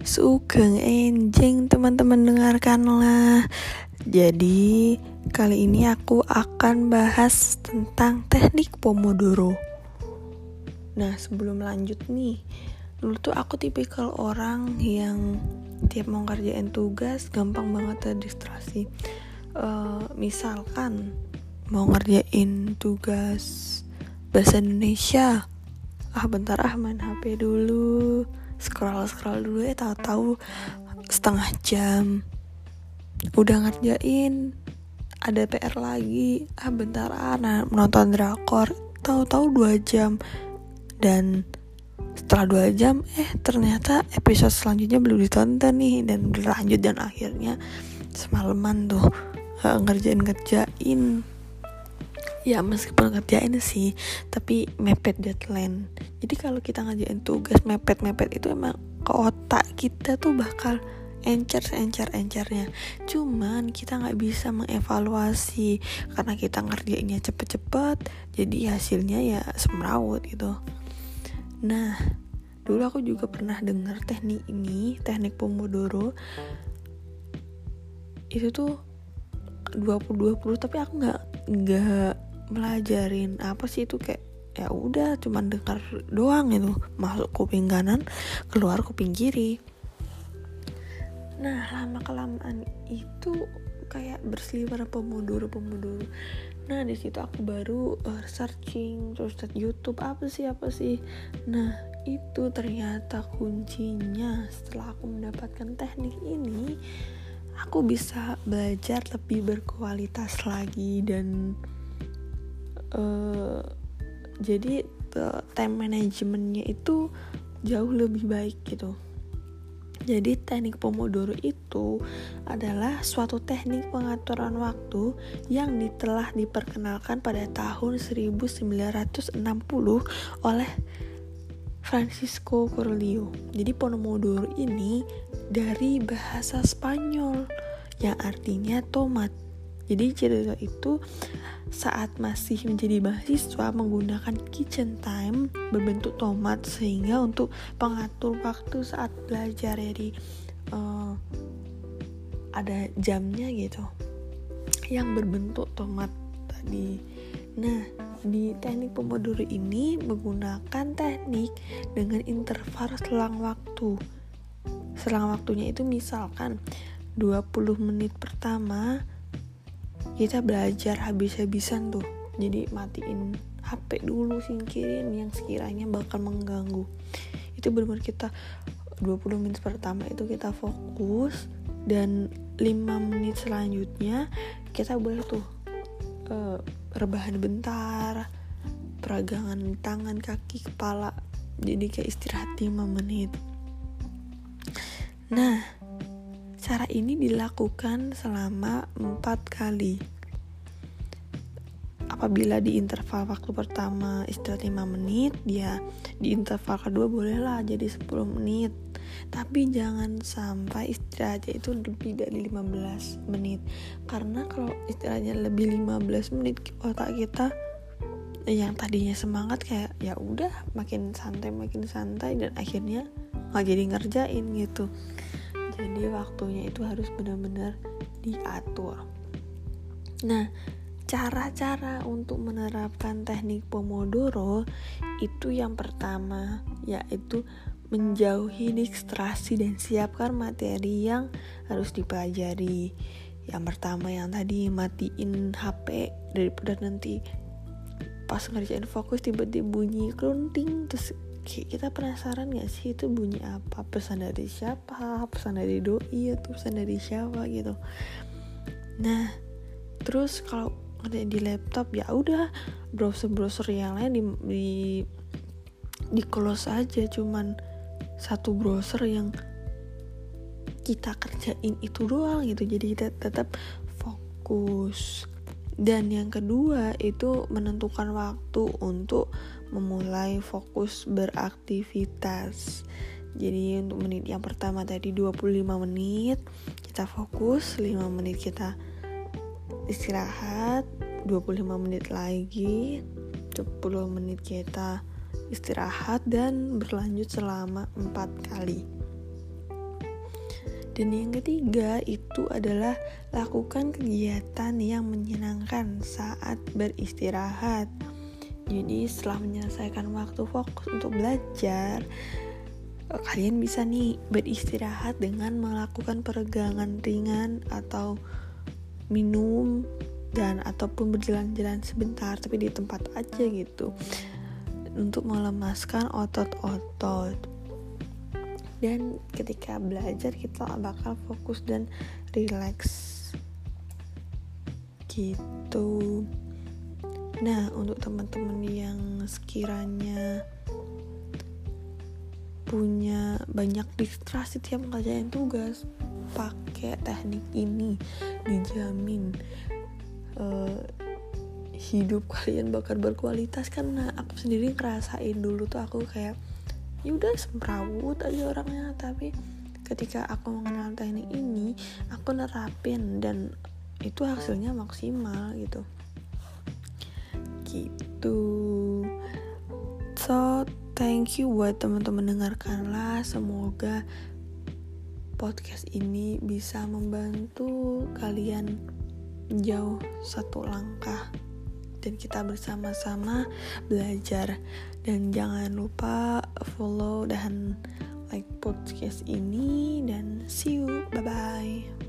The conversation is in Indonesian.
Sugeng enjing teman-teman, dengarkanlah. Jadi kali ini aku akan bahas tentang teknik Pomodoro. Nah, sebelum lanjut nih, dulu tuh aku tipikal orang yang tiap mau ngerjain tugas gampang banget terdistraksi. Misalkan mau ngerjain tugas bahasa Indonesia, bentar main HP dulu, scroll dulu, tahu-tahu setengah jam udah ngerjain, ada PR lagi, bentar menonton drakor, tahu-tahu 2 jam, dan setelah 2 jam ternyata episode selanjutnya belum ditonton nih, dan berlanjut, dan akhirnya semalaman tuh ngerjain. Ya meskipun ngerjain sih, tapi mepet deadline. Jadi kalau kita ngerjain tugas mepet itu emang ke otak kita tuh bakal encernya. Cuman kita nggak bisa mengevaluasi karena kita ngerjainnya cepet-cepet, jadi hasilnya ya semrawut gitu. Nah, dulu aku juga pernah dengar teknik Pomodoro. Itu tuh 20-20, tapi aku nggak melajarin apa sih itu, kayak ya udah cuman dengar doang itu, masuk kuping kanan, keluar kuping kiri. Nah, lama kelamaan itu kayak berseliweran Pomodoro. Nah, di situ aku baru searching, terus lihat YouTube apa sih. Nah, itu ternyata kuncinya. Setelah aku mendapatkan teknik ini, aku bisa belajar lebih berkualitas lagi, dan jadi time managementnya itu jauh lebih baik gitu. Jadi teknik Pomodoro itu adalah suatu teknik pengaturan waktu yang telah diperkenalkan pada tahun 1960 oleh Francisco Corelio. Jadi Pomodoro ini dari bahasa Spanyol yang artinya tomat. Jadi cerita itu saat masih menjadi mahasiswa menggunakan kitchen time berbentuk tomat, sehingga untuk pengatur waktu saat belajar, jadi ada jamnya gitu yang berbentuk tomat tadi. Nah, di teknik Pomodoro ini menggunakan teknik dengan interval selang waktu. Selang waktunya itu misalkan 20 menit pertama kita belajar habis-habisan tuh. Jadi matiin HP dulu, singkirin yang sekiranya bakal mengganggu. Itu benar-benar kita 20 menit pertama itu kita fokus, dan 5 menit selanjutnya kita boleh tuh rebahan bentar, peragangan tangan, kaki, kepala. Jadi kayak istirahat 5 menit. Nah, cara ini dilakukan selama 4 kali. Apabila di interval waktu pertama istirahat 5 menit, ya di interval kedua bolehlah jadi 10 menit. Tapi jangan sampai istirahatnya itu lebih dari 15 menit. Karena kalau istirahatnya lebih 15 menit, otak kita yang tadinya semangat kayak ya udah makin santai, dan akhirnya nggak jadi ngerjain gitu. Jadi waktunya itu harus benar-benar diatur. Nah, cara-cara untuk menerapkan teknik Pomodoro itu yang pertama yaitu menjauhi distraksi dan siapkan materi yang harus dipelajari. Yang pertama yang tadi, matiin HP, daripada nanti pas ngerjain fokus tiba-tiba bunyi klunting, terus kita penasaran gak sih itu bunyi apa, pesan dari siapa, pesan dari doi atau pesan dari siapa gitu. Nah, terus kalau ngerjain di laptop ya udah browser yang lain di close aja, cuman satu browser yang kita kerjain itu doang gitu, jadi kita tetap fokus. Dan yang kedua itu menentukan waktu untuk memulai fokus beraktivitas. Jadi untuk menit yang pertama tadi 25 menit kita fokus, 5 menit kita istirahat, 25 menit lagi, 10 menit kita istirahat, dan berlanjut selama 4 kali. Dan yang ketiga itu adalah lakukan kegiatan yang menyenangkan saat beristirahat. Jadi setelah menyelesaikan waktu fokus untuk belajar, kalian bisa nih beristirahat dengan melakukan peregangan ringan atau minum dan ataupun berjalan-jalan sebentar tapi di tempat aja gitu, untuk melemaskan otot-otot. Dan ketika belajar kita bakal fokus dan rileks gitu. Nah, untuk teman-teman yang sekiranya punya banyak distraksi tiap ngerjain tugas, pakai teknik ini, dijamin hidup kalian bakal berkualitas. Karena aku sendiri ngerasain dulu tuh aku kayak ya udah semrawut aja orangnya, tapi ketika aku mengenal teknik ini aku nerapin dan itu hasilnya maksimal gitu. So thank you buat teman-teman dengarkanlah. Semoga podcast ini bisa membantu kalian jauh satu langkah dan kita bersama-sama belajar. Dan jangan lupa follow dan like podcast ini, dan see you, bye bye.